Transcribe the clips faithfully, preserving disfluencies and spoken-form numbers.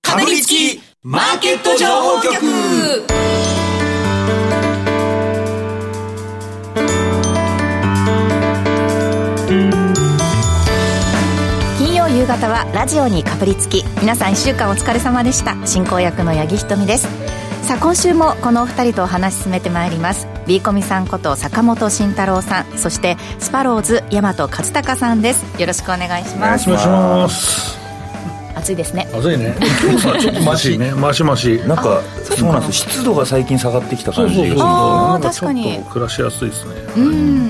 かぶりつきマーケット情報局。 金曜夕方はラジオにかぶりつき。皆さんいっしゅうかんお疲れ様でした。進行役の八木ひとみです。さあ今週もこのお二人とお話し進めてまいります。ビーコミさんこと坂本慎太郎さん、そしてスパローズ大和勝孝さんです。よろしくお願いします。 お願いします。 暑いですね。 暑いね。今日はちょっとマシね。マシマシ。 なんかそうなんです。湿度が最近下がってきた感じが。 そうそうそう。 あなんか確かにちょっと暮らしやすいですね。 うん。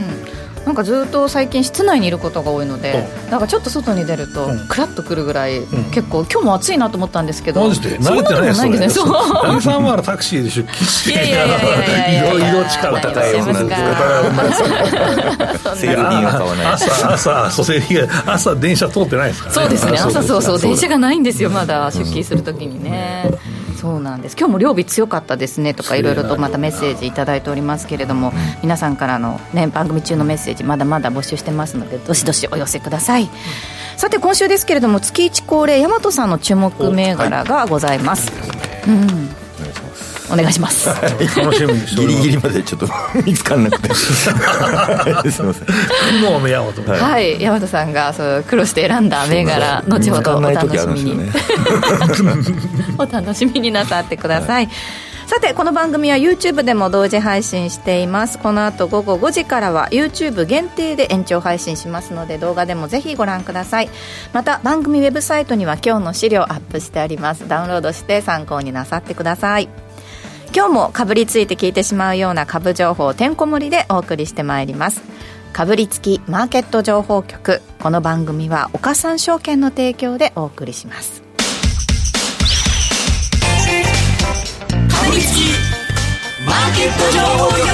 なんかずっと最近室内にいることが多いので、なんかちょっと外に出るとクラッとくるぐらい、うん、結構今日も暑いなと思ったんですけど、 マジで慣れてないですね。そう。八木さんはタクシーで出勤して、 いやいやいやいやいや、 色力高い女なんですか。 セール人は買わない。 朝朝そうセール朝電車通ってないですからね。 そうですね。朝そうそう電車がないんですよ。まだ出勤するときにね。そうなんです。今日も両日強かったですねとかいろいろとまたメッセージいただいておりますけれども、皆さんからの、ね、番組中のメッセージまだまだ募集してますのでどしどしお寄せください、うん、さて今週ですけれども月一恒例大和さんの注目銘柄がございます、はい、うんお願いします。 楽しみにしております。 ギリギリまでちょっと見つかんなくてすみません。 雲の大和、 はい、はい、大和さんがそう苦労して選んだ銘柄後ほどお楽しみに、ね、お楽しみになさってください、はい。さてこの番組は YouTube でも同時配信しています。この後午後ごじからは YouTube 限定で延長配信しますので動画でもぜひご覧ください。また番組ウェブサイトには今日の資料アップしてあります。ダウンロードして参考になさってください。今日もかぶりついて聞いてしまうような株情報をてんこ盛りでお送りしてまいります。かぶりつきマーケット情報局。この番組は岡三証券の提供でお送りします。 かぶりつきマーケット情報局。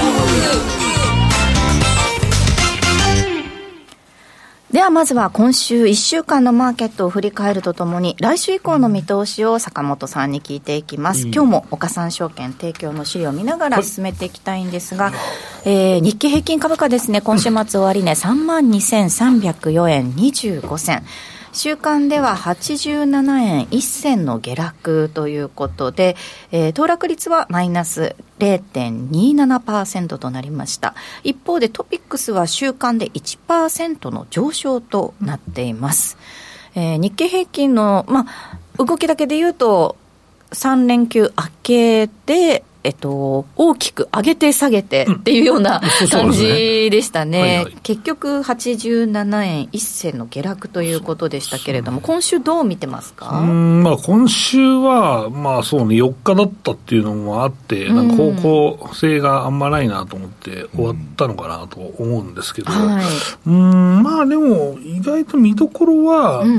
ではまずは今週いっしゅうかんのマーケットを振り返るとともに来週以降の見通しを坂本さんに聞いていきます、うん、今日も岡三証券提供の資料を見ながら進めていきたいんですが、はい、えー、日経平均株価ですね、今週末終値 さんまんにせんさんびゃくよえんにじゅうごせん、週間でははちじゅうななえんいっせんの下落ということで、えー、騰落率はマイナス れいてんにななパーセント となりました。一方でトピックスは週間で いちパーセント の上昇となっています、えー、日経平均の、まあ、動きだけでいうとさんれんきゅう明けでえっと、大きく上げて下げてっていうような感じでしたね、うんはいはい、結局はちじゅうななえんいっせんの下落ということでしたけれども、今週どう見てますか？ うん、まあ、今週は、まあそうね、よっかだったっていうのもあってなんか方向性があんまないなと思って終わったのかなと思うんですけど、うんはい、うんまあでも意外と見どころは、うん、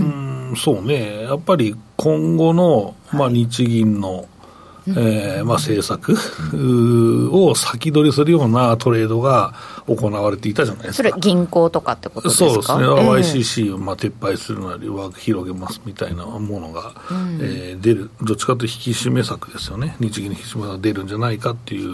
うんそうね、やっぱり今後の、まあ、日銀のえーまあ、政策を先取りするようなトレードが行われていたじゃないですか。 それ銀行とかってことですか？ そうですね、えー、ワイシーシー をまあ撤廃するなり枠広げますみたいなものが、うんえー、出る、どっちかというと引き締め策ですよね。日銀の引き締め策が出るんじゃないかっていう、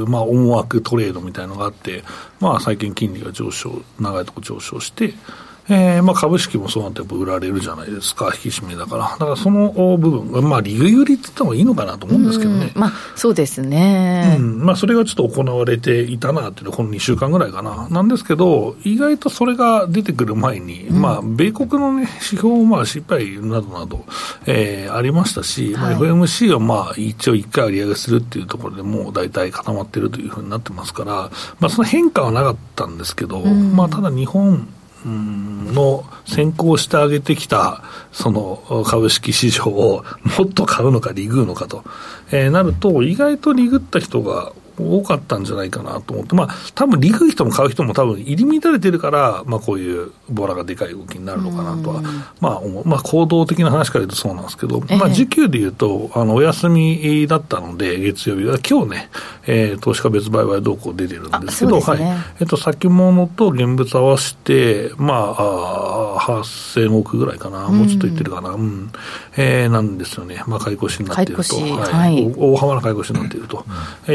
まあ、思惑トレードみたいなのがあって、まあ、最近金利が上昇、長いところ上昇してえーまあ、株式もそうなってやっぱ売られるじゃないですか、引き締めだから。だからその部分が、まあ、利売りって言った方がいいのかなと思うんですけどね。 まあ、そうですね。 うん。まあ、それがちょっと行われていたなっていうのは、このにしゅうかんぐらいかな。なんですけど、意外とそれが出てくる前に、うん、まあ、米国のね、指標もまあ、失敗などなど、えー、ありましたし、はいまあ、エフエムシー をまあ、一応一回利上げするっていうところでもう大体固まってるというふうになってますから、まあ、その変化はなかったんですけど、うん、まあ、ただ日本、の先行してあげてきたその株式市場をもっと買うのか利食うのかと、えー、なると意外と利食った人が多かったんじゃないかなと思って、まあ多分利食う人も買う人も多分入り乱れてるから、まあこういうボラがでかい動きになるのかなとは、まあ思う、まあ行動的な話から言うとそうなんですけど、まあ時給で言うとあのお休みだったので月曜日は今日ね、えー、投資家別売買動向出てるんですけど、はい、えっと先物と現物合わせてまあ、あはっせんおくぐらいかな、もうちょっと言ってるかな、うんえー、なんですよね。まあ買い越しになっていると、はいはい、大幅な買い越しになっていると、うんえー、いうことなん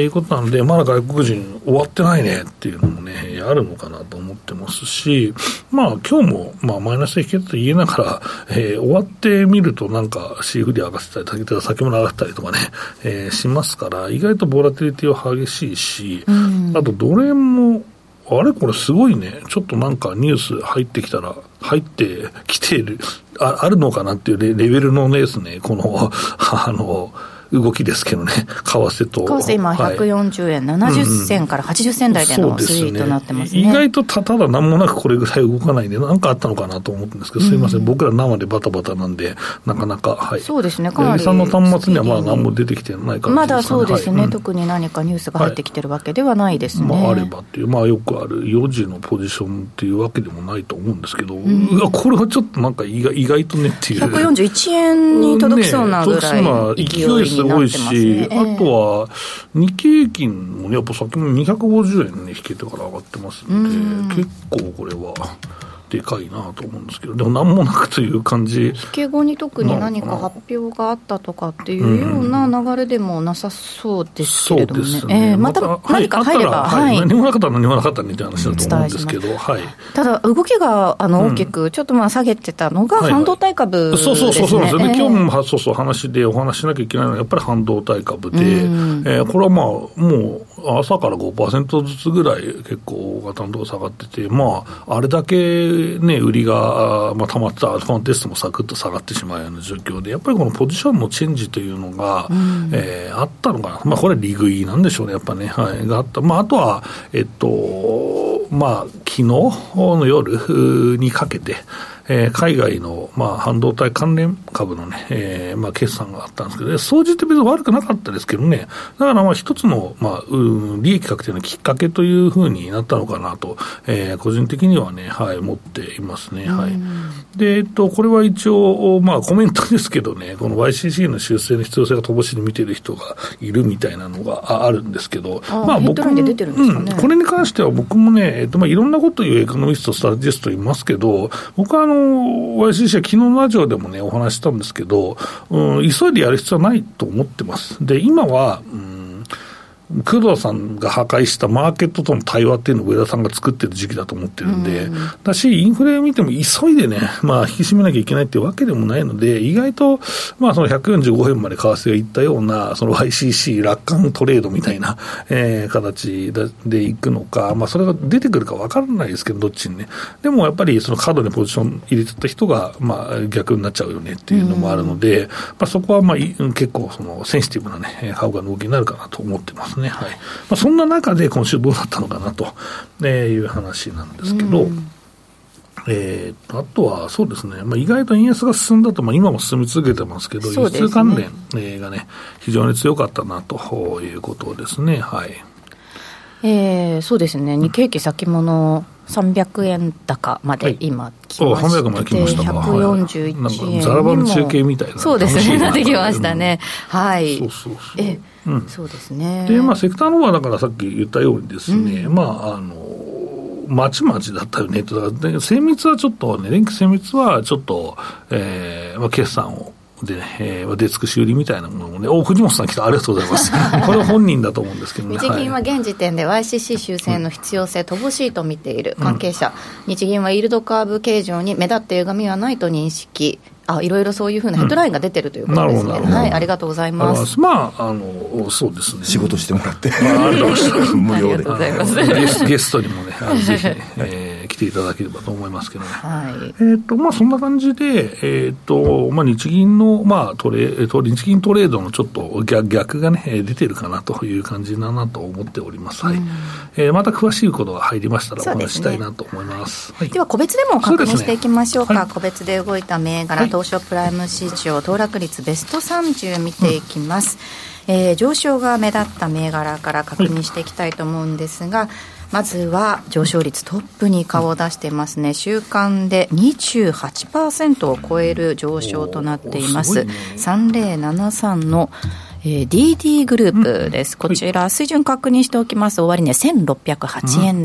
なんで、まだ外国人終わってないねっていうのもね、あるのかなと思ってますし、まあ今日もまあマイナスで引けたと言えながら、えー、終わってみるとなんかシーフリ上がってたり、先物上がったりとかね、えー、しますから、意外とボラティリティは激しいし、うん、あとドル円も、あれこれすごいね、ちょっとなんかニュース入ってきたら、入ってきている、あ、あるのかなっていうレベルのですね、この、あの、動きですけどね、為替と。 為替今ひゃくよんじゅうえん、はい、ななじゅっせんからはちじゅっせん台での推移となってますね。 意外と た, ただ何もなくこれぐらい動かないんで、何かあったのかなと思うんですけど、すいません、うん、僕ら生でバタバタなんで、なかなか、はい。 そうですね、かなり。 さんの端末にはまだ何も出てきてない感じですかね。 まだそうですね、はい、特に何かニュースが入ってきてるわけではないですね。 はい、まあ、あればっていう、まあよくあるよじのポジションっていうわけでもないと思うんですけど、うん、うわこれはちょっとなんか意外、意外とねっていう。 ひゃくよんじゅういちえんに届きそうなぐらい勢いになってますね。 あとは日経平均もね、やっぱさっきもにひゃくごじゅうえんに引けてから上がってますので、結構これはでかいなと思うんですけど、でも何もなくという感じ。 引け後に特に何か発表があったとかっていうような流れでもなさそうですけれどもね。そうですね、えー、また何か入れば、 はいはいはい、何もなかったら何もなかったねって話だと思うんですけど、はい、 ただ動きがあの大きくちょっとまあ下げてたのが半導体株ですね。 はいはい、そうそうそうそうですね、えー、今日もそうそう話でお話ししなきゃいけないのはやっぱり半導体株で、えー、これはまあもう朝から ごパーセント ずつぐらい結構大型のとこ下がってて、まああれだけね売りが、まあ、溜まってたアルファンテストもサクッと下がってしまうような状況で、やっぱりこのポジションのチェンジというのが、うんえー、あったのかな、まあ、これは利食いなんでしょうね、やっぱね、はい、があった、まあ、あとは、えっとまあ、昨日の夜にかけて、えー、海外の、まあ、半導体関連株のね、えーまあ、決算があったんですけど、総じて別に悪くなかったですけどね、だからまあ一つの、まあ、うん、利益確定のきっかけというふうになったのかなと、えー、個人的にはね、はい、思っていますね。はい。で、えっと、これは一応、まあ、コメントですけどね、この ワイシーシー の修正の必要性が乏しいで見てる人がいるみたいなのがあるんですけど、 あまあ、僕も、うん、 これに関しては僕もね、えっと、まあ、いろんなこと言うエコノミスト、ストラテジストいますけど、僕はあの、ワイシーシー は昨日のラジオでもね、お話したんですけど、うん、急いでやる必要はないと思ってます。で、今は、うん工藤さんが破壊したマーケットとの対話っていうのを上田さんが作ってる時期だと思ってるんで、うん、だし、インフレを見ても急いでね、まあ、引き締めなきゃいけないっていうわけでもないので、意外と、まあ、そのひゃくよんじゅうごえんまで為替がいったような、その ワイシーシー 楽観トレードみたいな、えー、形で、でいくのか、まあ、それが出てくるか分からないですけど、どっちにね。でもやっぱり、その過度にポジション入れてた人が、まあ、逆になっちゃうよねっていうのもあるので、うん、まあ、そこは、まあ、結構、その、センシティブなね、株価の動きになるかなと思ってますね。はい。まあ、そんな中で今週どうだったのかなという話なんですけど、うん、えー、あとはそうですね、まあ、意外と円安が進んだと、まあ、今も進み続けてますけど、輸出関連、えー、がね非常に強かったなということですね。はい。 えー、そうですね、日経平均先物さんびゃくえん高まで今来まして、はい、さんびゃくまで来ましたか、ひゃくよんじゅういちえんにも、はい、ザラバの中継みたいな、そうですね、なってきましたね。はい。そうそうそう。えうん、そうですね。 で、まあ、セクターの方はだからさっき言ったようにですね、うん、まあ、あの、まちまちだったよねと、だから精密はちょっとね、連休精密はちょっと、えー、まあ、決算を、でね、えー、出尽くし売りみたいなものもね、お、藤本さん来た、ありがとうございます。これは本人だと思うんですけどね。 日銀は現時点で ワイシーシー 修正の必要性乏しいと見ている関係者、うん、日銀はイールドカーブ形状に目立った歪みはないと認識。あ、いろいろそういうふうなヘッドラインが出てるということですね。うん、はい、ありがとうございます。 まあ、あの、そうですね。 仕事してもらって。 まあ、ありがとうございます。 無料で。ありがとうございます。 ゲス, ゲストにもね、あのぜひね、えー、来ていただければと思いますけどね。はい。えっ、ー、と、まあ、そんな感じで、えっ、ー、と、まあ、日銀の、まあ、トレ、えー、と、日銀トレードのちょっと逆、逆がね、出てるかなという感じだなと思っております。はい。うん、えー、また詳しいことが入りましたらお話したいなと思います。はい、 では、個別でも確認していきましょうか。うねはい、個別で動いた銘柄、はい、東証プライム市場騰落率ベストさんじゅう見ていきます。うん、えー、上昇が目立った銘柄から確認していきたいと思うんですが、はい、まずは上昇率トップに顔を出していますね。週間で にじゅうはちパーセント を超える上昇となっています。さんぜろななさんのえー、ディーディー グループです。こちら水準確認しておきます。終値せんろっぴゃくはちえんです。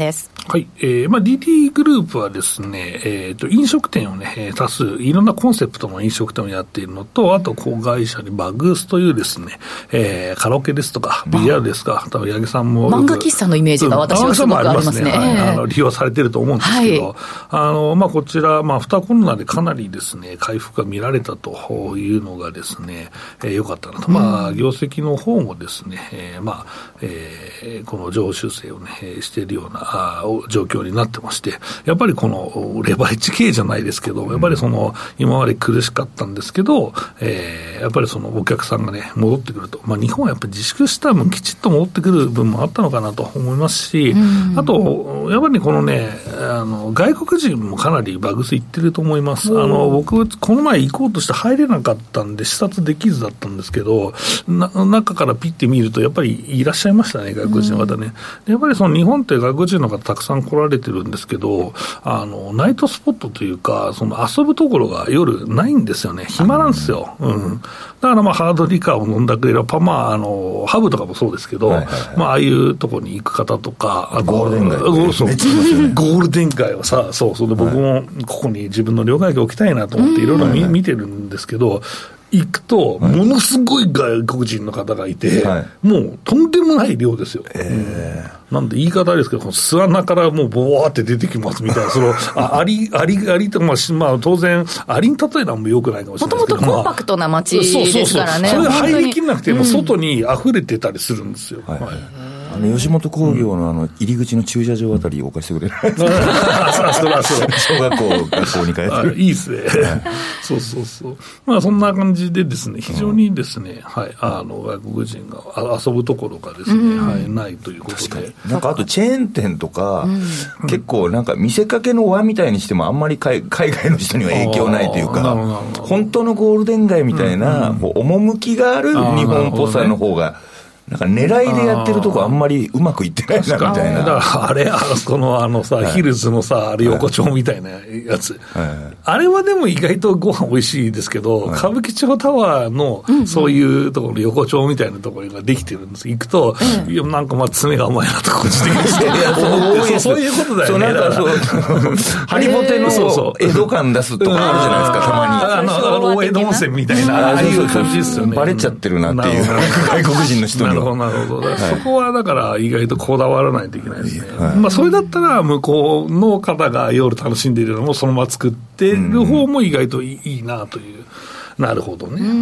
はい、えーまあ、ディーティー グループはですね、えーと、飲食店をね、多数、いろんなコンセプトの飲食店をやっているのと、あと、子会社にバグースというですね、えー、カラオケですとか、ビリヤードですか、多分八木さんも。 漫画喫茶のイメージが私はすごくありますね。 はい、あの利用されていると思うんですけど、はい、あの、まあ、こちら、まあ、アフターコロナでかなりですね、回復が見られたというのがですね、えー、よかったなと。まあ、業績の方もですね、えー、まあ、えー、この上修正をね、しているような、あ状況になってまして、やっぱりこのレバレッジ経営じゃないですけど、やっぱりその今まで苦しかったんですけど、えー、やっぱりそのお客さんがね戻ってくると、まあ、日本はやっぱり自粛した分きちっと戻ってくる分もあったのかなと思いますし、うん、あとやっぱりこのねあの外国人もかなりバグスいってると思います。あの僕この前行こうとして入れなかったんで視察できずだったんですけど、な中からピッて見るとやっぱりいらっしゃいましたね、外国人の方ね、うん、やっぱりその日本って外国人の方たくさん来られてるんですけど、あのナイトスポットというかその遊ぶところが夜ないんですよね。暇なんですよ、うん、だからまあハードリカーを飲んだくれれば、まあ、あのハブとかもそうですけど、はいはいはい、まあ、ああいうところに行く方とか、 ゴールデン街、 ね、そうゴールデン街はさ、そうそうで僕もここに自分の両替機置きたいなと思っていろいろ見てるんですけど、行くとものすごい外国人の方がいて、はい、もうとんでもない量ですよ、えー、なんで言い方あれですけど、巣穴からもうボワーって出てきますみたいな、そのあアリアリアリとか、まあまあ、当然アリに例えたのもよくないかもしれないですけど、 もともとコンパクトな街ですからね、 そうそうそう、それ入りきれなくて、もう外に溢れてたりするんですよ、はいはい、 あの吉本興業 の, あの入り口の駐車場あたりお貸してくれないですか、小学校学校に帰っていいですね、そうそうそう、まあそんな感じでですね、非常にですね、はい、あの外国人が遊ぶところがですね、うん、はい、ないということで、 なんかあとチェーン店とか、うん、結構なんか見せかけの輪みたいにしてもあんまり 海, 海外の人には影響ないというか、本当のゴールデン街みたいな、うんうん、趣がある日本っぽさの方が、なんか狙いでやってるとこあんまりうまくいってないなみたいな。 だからあれ、あそのあのさ、はい、ヒルズのさ、あれ横丁みたいなやつ、はいはい、あれはでも意外とご飯美味しいですけど、はい、歌舞伎町タワーのそういうところ、横丁みたいなところができてるんです。行くと、うん、いやなんかまあ爪が甘いなと個人的にしていやそうそういうことだよね。そうなんかそうハリボテの江戸感出すとかあるじゃないですか、たまに。 あのあの大江戸温泉みたいな、ああいう感じですよね。 バレちゃってるなっていう外国人の人に。 なるほどなるほど、はい、そこはだから意外とこだわらないといけないですね、はい、まあ、それだったら向こうの方が夜楽しんでいるのもそのまま作ってる方も意外といいなという、うん、なるほどね、うん、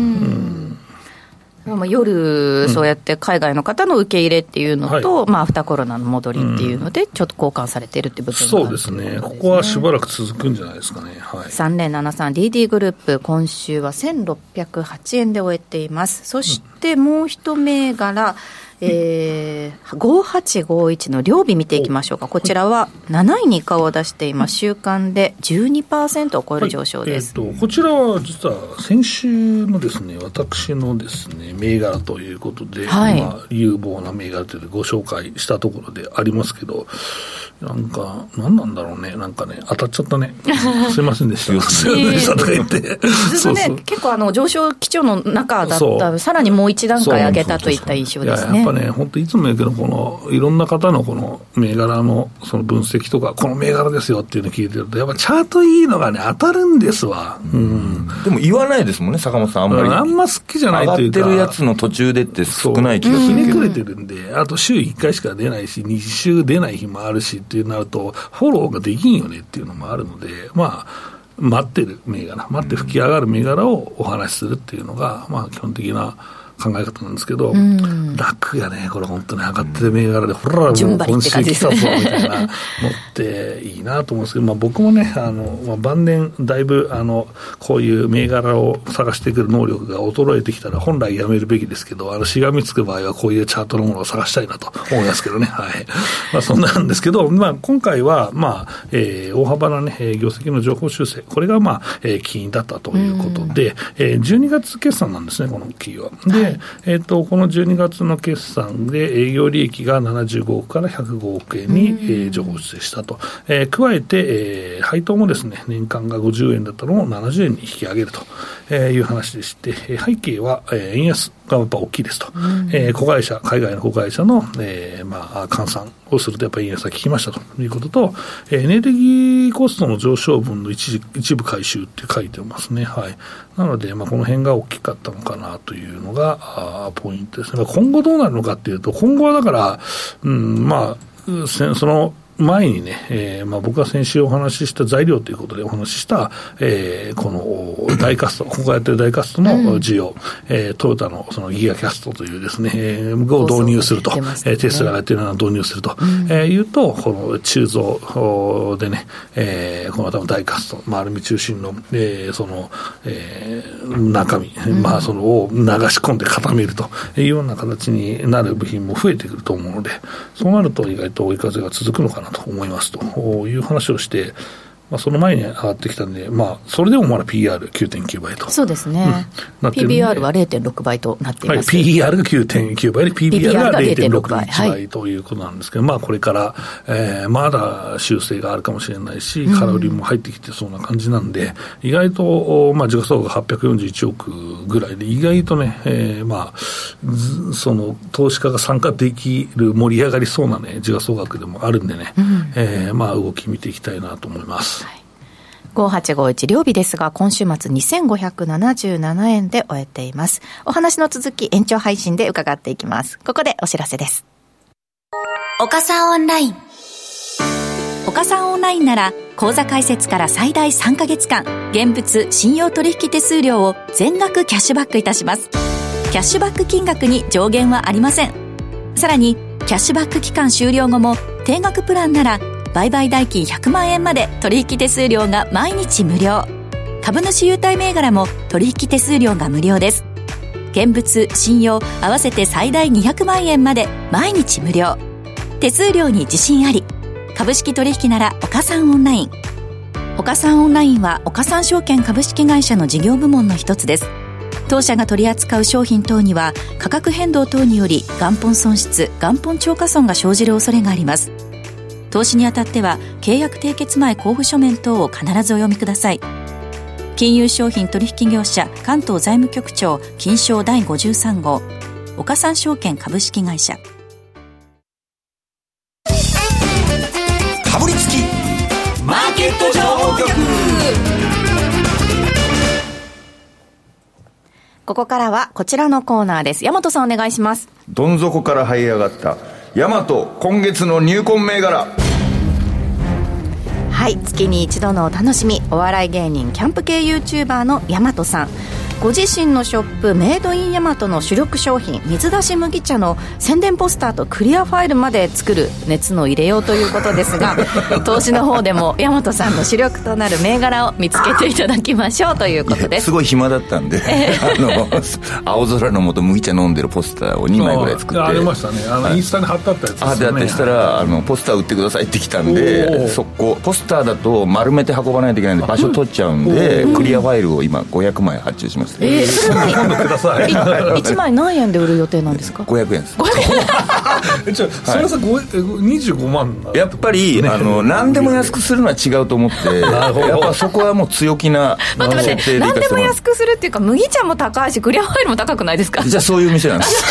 うん、夜そうやって海外の方の受け入れっていうのと、うん、まあ、アフターコロナの戻りっていうのでちょっと交換されてるって部分がある、 そうですね、ここはしばらく続くんじゃないですかね、はい、 さんぜろななさん ディーディー グループ今週はせんろっぴゃくはちえんで終えています。そしてもう一銘柄、えー、ごはちごいちの両日見ていきましょうか。こちらはなないに顔を出しています。週間で じゅうにパーセント を超える上昇です、 はい、えー、とこちらは実は先週のですね、私のですね銘柄ということで、はい、まあ、有望な銘柄というのでご紹介したところでありますけど、なんか何なんだろうね、なんかね当たっちゃったねすいませんでしたすいませんでしたとか言ってずっとねそうそう、結構あの上昇基調の中だった、さらにもう一段階上げたといった印象ですね。 やっぱね、本当いつも言うけど、このいろんな方のこの銘柄のその分析とか、この銘柄ですよっていうのを聞いてると、やっぱチャートいいのがね当たるんですわ、うん、 でも言わないですもんね、坂本さん、あんまりあんま好きじゃないというか、 上がってるやつの途中でって少ない気がするけど、 ひねくれてるんで、あと週いっかいしか出ないしに週出ない日もあるしっていうなるとフォローができんよねっていうのもあるので、まあ待ってる銘柄、待って吹き上がる銘柄をお話しするっていうのが、まあ基本的な考え方なんですけど、うん、楽がね、これ本当に上がってる銘柄で、ほらもう今週来たぞみたいなのっていいなと思うんですけど、まあ、僕もね、あの、まあ、晩年だいぶあのこういう銘柄を探してくる能力が衰えてきたら本来やめるべきですけど、あのしがみつく場合はこういうチャートのものを探したいなと思いますけどね、はい、まあ、そんなんですけど、まあ、今回は、まあえー、大幅な、ね、業績の情報修正、これが、まあえー、起因だったということで、えー、じゅうにがつ決算なんですね、この企業は。で、はい、えー、とこのじゅうにがつの決算で営業利益がななじゅうごおくからひゃくごおくえんに、えー、上昇したと、えー、加えて、えー、配当もですね、年間がごじゅうえんだったのをななじゅうえんに引き上げるという話でして、背景は、えー、円安がやっぱ大きいですと、えー、子会社海外の子会社の、えーまあ、換算をするとやっぱり円安が効きましたということと、エネルギーコストの上昇分の一時一部回収って書いてますね。はい。なので、まあ、この辺が大きかったのかなというのがあポイントですね。今後どうなるのかっていうと、今後はだから、うん、まあ、その前にね、えーまあ、僕が先週お話しした材料ということでお話しした、えー、このダイカスト、ここがやってるダイカストの需要、うんえー、トヨタのそのギガキャストというですね、えー、を導入すると、ねえー、テスラがやってるのを導入すると、うんえー、いうと、この鋳造でね、えー、この多分ダイカスト、まあ、アルミ中心の、えー、その、えー、中身、うん、まあ、そのを流し込んで固めるというような形になる部品も増えてくると思うので、そうなると意外と追い風が続くのかなと思いますという話をして、まあ、その前に上がってきたんで、まあ、それでもまだ ピーイーアールきゅうてんきゅう 倍と。 そうですね。うん、ピービーアール は れいてんろく 倍となっています。 はい、ピーイーアール が きゅうてんきゅう 倍で ピービーアール が れいてんろく 倍、はい、ということなんですけど、まあ、これから、えー、まだ修正があるかもしれないし、空売りも入ってきてそうな感じなんで、うん、意外と、まあ、時価総額がはっぴゃくよんじゅういちおくぐらいで、意外とね、えー、まあ、その投資家が参加できる盛り上がりそうなね、時価総額でもあるんでね、うんえー、まあ、動き見ていきたいなと思います。はいごはちごいち両日ですが、今週末にせんごひゃくななじゅうななえんで終えています。お話の続き延長配信で伺っていきます。ここでお知らせです。 岡さんオンライン。 岡さんオンラインなら口座開設から最大さんかげつかん現物信用取引手数料を全額キャッシュバックいたします。キャッシュバック金額に上限はありません。さらにキャッシュバック期間終了後も定額プランなら売買代金ひゃくまんえんまで取引手数料が毎日無料。株主優待銘柄も取引手数料が無料です。現物信用合わせて最大にひゃくまんえんまで毎日無料。手数料に自信あり。株式取引なら岡三オンライン。岡三オンラインは岡三証券株式会社の事業部門の一つです。当社が取り扱う商品等には価格変動等により元本損失元本超過損が生じる恐れがあります。投資にあたっては契約締結前交付書面等を必ずお読みください。金融商品取引業者関東財務局長金商だいごじゅうさん号岡三証券株式会社。 かぶりつきマーケット情報局。 ここからはこちらのコーナーです。大和さんお願いします。 どん底から這い上がった大和今月の入魂銘柄。 はい、月に一度のお楽しみ、お笑い芸人キャンプ系 YouTuber の大和さん。ご自身のショップメイドインヤマトの主力商品水出し麦茶の宣伝ポスターとクリアファイルまで作る熱の入れようということですが投資の方でも大和さんの主力となる銘柄を見つけていただきましょうということです。 すごい暇だったんで、えー、あの青空の下麦茶飲んでるポスターをにまいぐらい作ってあ, ありましたね。あの、はい、インスタに貼ってあったやつですよね。 あであってしたらあのポスター売ってくださいって来たんで、速攻ポスターだと丸めて運ばないといけないんで場所取っちゃうんで、クリアファイルを今ごひゃくまい発注します。 えー、それ何今度ください。 いちまい何円で売る予定なんですか？ ごひゃくえんです。 ごひゃくえんちょそれはさ、はい、にじゅうごまんなやっぱり、ね、あの何でも安くするのは違うと思ってやっぱそこはもう強気な待って待って何でも安くするっていうか麦茶も高いしクリアファイルも高くないですか？ じゃあそういう店なんです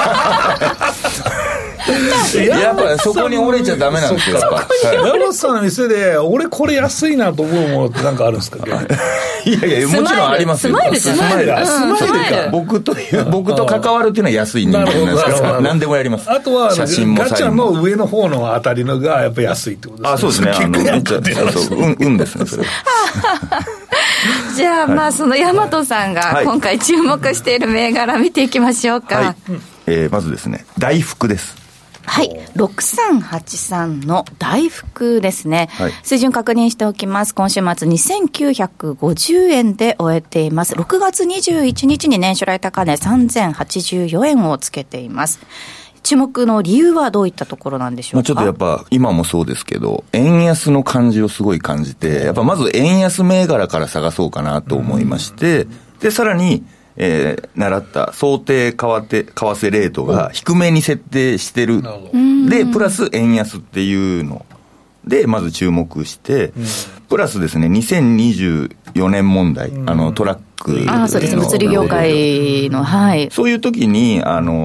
やっぱりそこに折れちゃダメなんですよ。 山本さんの店で俺これ安いなと思うものって何かあるんですか？ いやいやもちろんありますよ。 スマイルスマイルスマイルか。 僕と僕と関わるっていうのは安い人間なんですから何でもやります。 あとは写真もガチャの上の方のあたりのがやっぱ安いってことですね。 あそうですね。あのめっちゃそううんうんですねそれ。 じゃあ、はい、まあその大和さんが今回注目している銘柄見ていきましょうか。はいえー、まずですね大福です。 はい、ろくさんはちさんの大福ですね、はい、水準確認しておきます。今週末にせんきゅうひゃくごじゅうえんで終えています。ろくがつにじゅういちにちに年初来高値さんぜんはちじゅうよえんをつけています。注目の理由はどういったところなんでしょうか？まあ、 ちょっとやっぱ今もそうですけど円安の感じをすごい感じてやっぱまず円安銘柄から探そうかなと思いまして、でさらにえー、習った想定為替、為替レートが低めに設定してるでプラス円安っていうのでまず注目してプラスですねにせんにじゅうよねん問題あのトラックあそうですね物流業界の、はい、 そういう時にあの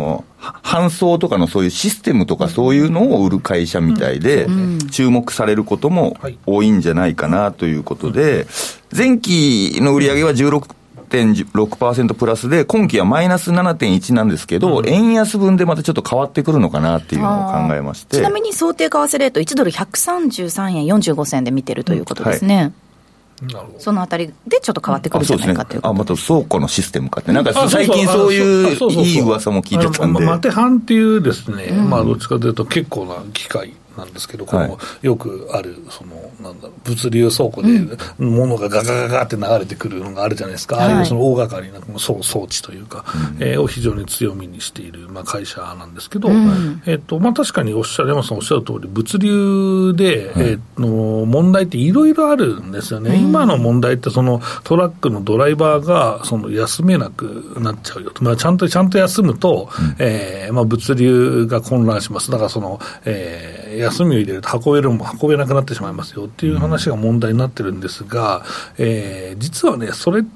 搬送とかのそういうシステムとかそういうのを売る会社みたいで、注目されることも多いんじゃないかなということで、前期の売り上げは じゅうろくてんろくパーセント プラスで、今期はマイナス ななてんいち なんですけど、円安分でまたちょっと変わってくるのかなっていうのを考えまして。 ちなみに想定為替レートいちドルひゃくさんじゅうさんえんよんじゅうごせんで見てるということですね。はい、そのあたりでちょっと変わってくるんじゃないかということ、 あ、また倉庫のシステムかって、なんか最近そういういい噂も聞いてたんで、 マテハンっていうですね、うん、まあどっちかというと結構な機械なんですけど、このよくあるそのなんだろう、物流倉庫で物がガガガガって流れてくるのがあるじゃないですか、うん、ああいうその大掛かりな装置というか、うん、えー、を非常に強みにしている、まあ、会社なんですけど、うん、えーとまあ、確かにおっしゃる山本さんおっしゃる通り、物流で、うん、えー、の問題っていろいろあるんですよね、うん、今の問題ってそのトラックのドライバーがその休めなくなっちゃうよと、まあ、ちゃんとちゃんと休むと、うん、えーまあ、物流が混乱します。だからその、えー休みを入れると運べるも運べなくなってしまいますよっていう話が問題になってるんですが、えー、実はねそれって、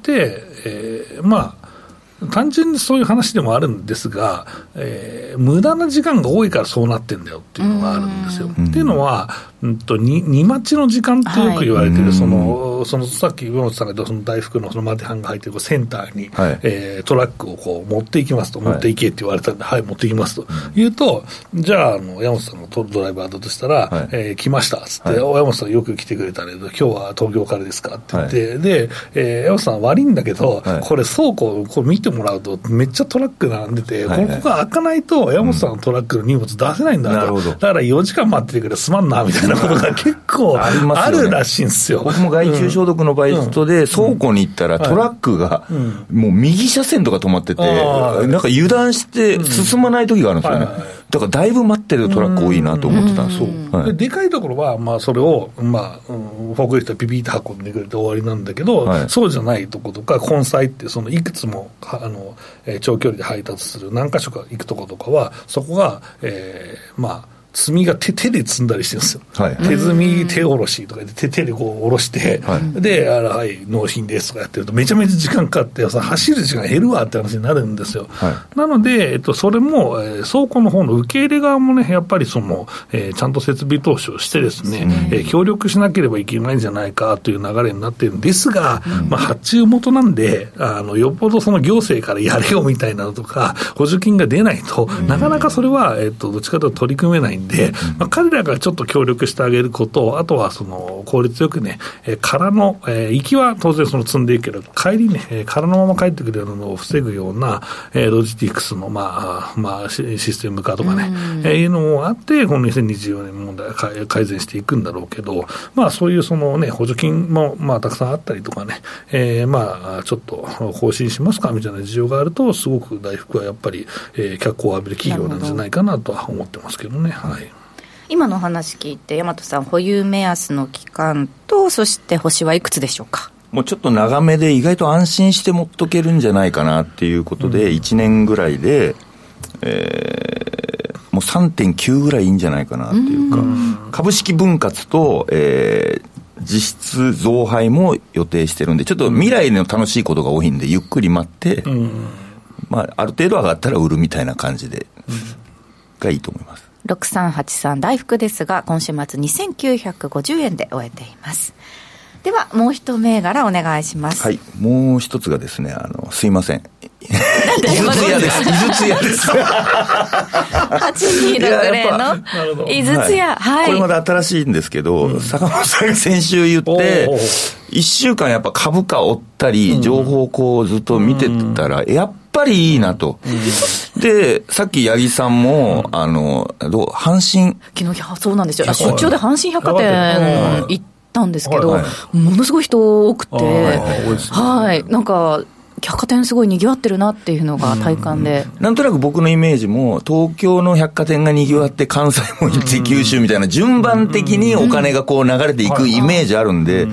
えー、まあ単純にそういう話でもあるんですが、えー、無駄な時間が多いからそうなってんだよっていうのがあるんですよ。っていうのは、うんと、に荷待ちの時間ってよく言われてる、はい、そのそのさっき上本さんが言ったその大福のそのマテハンが入ってるセンターに、はい、えー、トラックをこう持っていきますと、持っていけって言われたんで、はい、はい、持っていきますと言うと、じゃあ、あの山本さんのドライバーだとしたら、はい、えー、来ましたっつって、はい、山本さんよく来てくれたね、今日は東京からですかって言って、はい、で、えー、山本さん悪いんだけど、はい、これ倉庫をこう見てもらうとめっちゃトラック並んでて、はいはい、ここが開かないと山本さんのトラックの荷物出せないんだと、うん、だからよじかん待っててくれすまんなみたいなことが結構あるらしいんですよ。 僕も外注消毒のバイトで倉庫に行ったらトラックがもう右車線とか止まってて、なんか油断して進まない時があるんですよね。だからだいぶ待ってるトラック多いなと思ってたんですよ。 はい、で, でかいところは、まあ、それを、まあ、うん、フォークリフトピピッと運んでくれて終わりなんだけど、はい、そうじゃないところとか、根菜ってそのいくつもあの、えー、長距離で配達する何か所か行くところとかは、そこが、えー、まあ積みが 手, 手で積んだりしてるんですよ、はい、手積み手下ろしとかで 手, 手でこう下ろして、はい、であら、はい、納品ですとかやってるとめちゃめちゃ時間かかってさ走る時間減るわって話になるんですよ、はい、なので、えっと、それも、えー、倉庫の方の受け入れ側もねやっぱりその、えー、ちゃんと設備投資をしてですね、うん、えー、協力しなければいけないんじゃないかという流れになっているんですが、うん、まあ、発注元なんであのよっぽどその行政からやれよみたいなのとか補助金が出ないと、うん、なかなかそれは、えっと、どっちかというと取り組めないんで、まあ、彼らがちょっと協力してあげること、あとはその効率よくね、えー、空の、えー、行きは当然その積んでいくけど、帰りね、えー、空のまま帰ってくるのを防ぐような、えー、ロジティクスの、まあ、まあ、システム化とかね、えー、いうのもあって、このにせんにじゅうよねん問題改改善していくんだろうけど、まあ、そういうそのね、補助金も、まあ、たくさんあったりとかね、えー、まあ、ちょっと更新しますかみたいな事情があると、すごく大福はやっぱり、えー、脚光を浴びる企業なんじゃないかなとは思ってますけどね。はい。 今の話聞いて大和さん、保有目安の期間とそして星はいくつでしょうか。 もうちょっと長めで意外と安心して持っとけるんじゃないかなっていうことで、うん、いちねんぐらいで、えー、もう さんてんきゅう ぐらいいいんじゃないかなっていうか、うん、株式分割と、えー、実質増配も予定してるんで、ちょっと未来の楽しいことが多いんでゆっくり待って、うん、まあ、ある程度上がったら売るみたいな感じで、うん、がいいと思います。 ろくさんはちさん大福ですが、今週末にせんきゅうひゃくごじゅうえんで終えています。ではもう一銘柄お願いします。 はい、もう一つがですね、あのすいません、井筒屋です。井筒屋です。 はちにろくぜろの井筒屋、はい、 これまだ新しいんですけど、うん、坂本さんが先週言っていっしゅうかんやっぱ株価追ったり情報をこうずっと見てたら、うん、やっぱりいいなと、うん、でさっき八木さんも、うん、あのどう阪神昨日そうなんですよ、出張で阪神百貨店行ったんですけど、はいはい、ものすごい人多くて、はい、なんか百貨店すごい賑わってるなっていうのが体感で、 うん、なんとなく僕のイメージも東京の百貨店が賑わって関西も行って九州みたいな順番的にお金がこう流れていくイメージあるんで、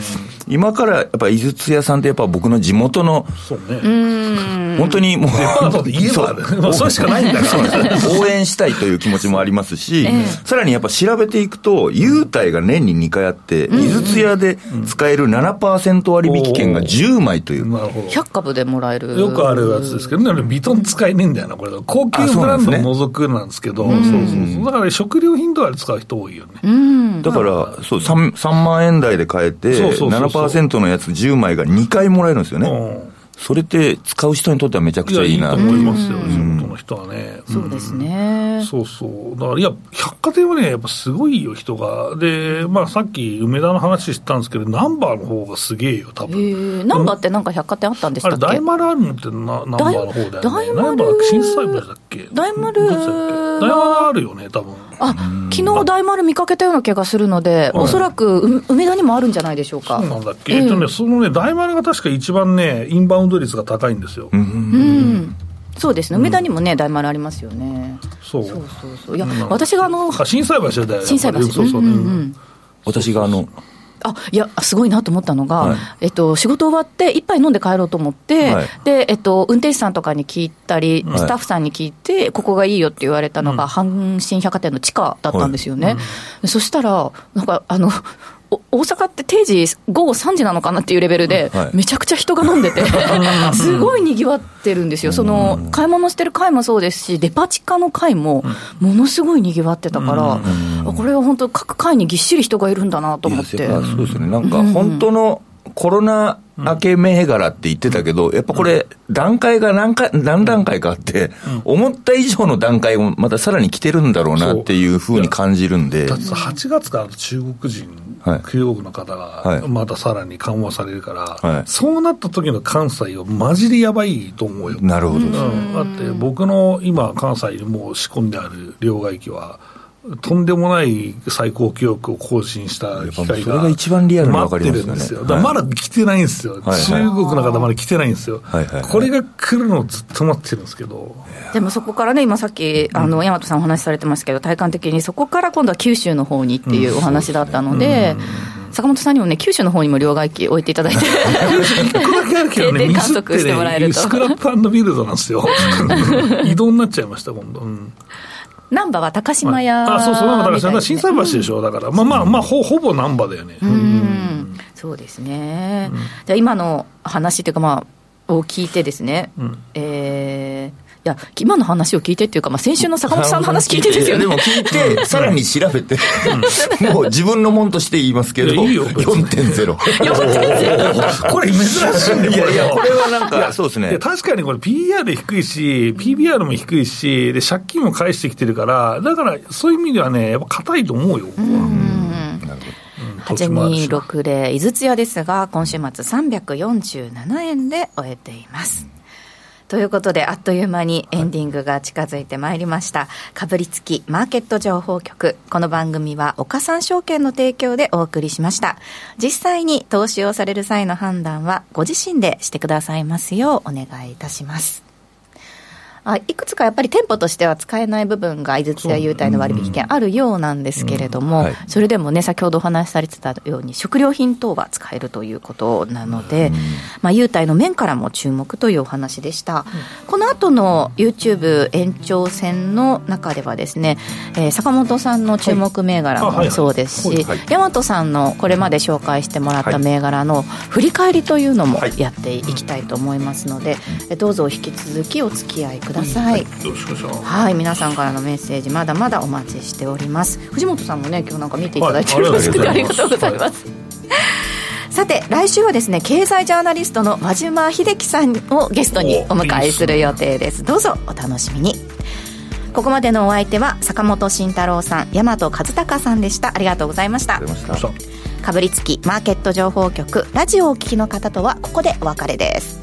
今からやっぱ井筒屋さんってやっぱ僕の地元の、 そうね、 うん本当にもうデパートで言えばそ, それしかないんだから応援したいという気持ちもありますし、ええ、さらにやっぱ調べていくと優待が年ににかいあって、うん、井筒屋で使える ななパーセント 割引券がじゅうまいという、 なるほど、 ひゃっかぶでもらえる、 よくあるやつですけどね、ビトン使えねえんだよなこれ、高級ブランドを除くなんですけど、そうそうそう、だから食料品とかで使う人多いよね、 うん、 だからそう 3, さんまんえん台で買えてそうそうそうそう ななパーセント のやつじゅうまいがにかいもらえるんですよね、うん、それって使う人にとってはめちゃくちゃいいな、 いやいいと思いますよ、地元の人はね、 うん、そうですね、 そうそう、だからいや百貨店はねやっぱすごいよ人がで、まあ、さっき梅田の話したんですけどナンバーの方がすげえよ多分、えー、ナンバーってなんか百貨店あったんでしたっけ、 あれ大丸あるのってなナンバーの方だよね、 大丸ナンバー心斎橋だっけ、 大丸大丸あるよね多分、 あ、昨日大丸見かけたような気がするので、おそらく梅田にもあるんじゃないでしょうか。 そうなんだっけ、えー、えっとね、そのね大丸が確か一番ねインバウンド率が高いんですよ、うん、うん、 そうですね、梅田にもね大丸ありますよね、そうそうそうそう、いや、うん、私があの心斎橋だよ、 心斎橋、 そうそう、うんうんうん、 私があのあいやすごいなと思ったのが、はい、えっと、仕事終わって一杯飲んで帰ろうと思って、はい、でえっと、運転手さんとかに聞いたり、はい、スタッフさんに聞いてここがいいよって言われたのが、うん、阪神百貨店の地下だったんですよね、はい、うん、そしたらなんかあの大阪って定時ごごさんじなのかなっていうレベルで、はい、めちゃくちゃ人が飲んでてすごいにぎわってるんですよ。その買い物してる会もそうですしデパ地下の会もものすごいにぎわってたから、これは本当各会にぎっしり人がいるんだなと思って。 そうですね、なんか本当のコロナ明け銘柄って言ってたけど、やっぱこれ段階が何回何段階かあって、思った以上の段階もまたさらに来てるんだろうなっていうふうに感じるんで、 だってはちがつから中国人、はい、中国の方がまたさらに緩和されるから、はい、そうなった時の関西はマジでやばいと思うよ。 なるほど、 うん、だって僕の今関西にもう仕込んである両替機はとんでもない最高記録を更新した機会が待ってるんですよ。だからまだ来てないんですよ、はい、中国の方まだ来てないんですよ、はいはいはい、これが来るのをずっと待ってるんですけど、 でもそこからね、今さっきあの大和さんお話しされてますけど、体感的にそこから今度は九州の方にっていうお話だったので、うん、坂本さんにもね九州の方にも両替機置いていただいて一個だけあるけどね、 観測してもらえると、 スクラップ&ビルドなんですよ移動になっちゃいました今度、うん、 難波は高島屋、 まあ、あそうそう、難波高島屋、心斎橋でしょ、だから、まあまあ、まあ、ほ, ほぼ難波だよね、 うん、うん、そうですね、うん、じゃあ今の話というか、まあ、を聞いてですね、うん、えーいや今の話を聞いてっていうか、まあ、先週の坂本さんの話聞いてですよね。 でも聞いてさらに調べてもう自分のもんとして言いますけど、いいよ よんてんゼロこれ珍しいね。 いやいやこれはなんかそうですね、 確かにこれ ピーイーアール 低いし ピービーアール も低いしで借金も返してきてるから、だからそういう意味ではねやっぱ硬いと思うよ。うん、 なるほど。はちにろくゼロ井筒屋ですが今週末さんびゃくよんじゅうななえんで終えています。ということであっという間にエンディングが近づいてまいりました、はい、かぶりつきマーケット情報局、この番組は岡三証券の提供でお送りしました。実際に投資をされる際の判断はご自身でしてくださいますようお願いいたします。あいくつかやっぱり店舗としては使えない部分が井筒屋優待の割引券あるようなんですけれども、うんうんはい、それでもね先ほどお話しされてたように食料品等は使えるということなので、うんまあ、優待の面からも注目というお話でした、うん、この後の YouTube 延長戦の中ではですね、えー、坂本さんの注目銘柄もそうですし、はいはいはい、大和さんのこれまで紹介してもらった銘柄の振り返りというのもやっていきたいと思いますので、はい、どうぞ引き続きお付き合いください。はい、よろしくお願いします。はい、皆さんからのメッセージまだまだお待ちしております。藤本さんもね今日なんか見ていただいてよろしくてありがとうございます。さて来週はですね経済ジャーナリストの和島秀樹さんをゲストにお迎えする予定です。どうぞお楽しみに。ここまでのお相手は坂本慎太郎さん、大和和孝さんでした。ありがとうございました。かぶりつきマーケット情報局ラジオをお聞きの方とはここでお別れです。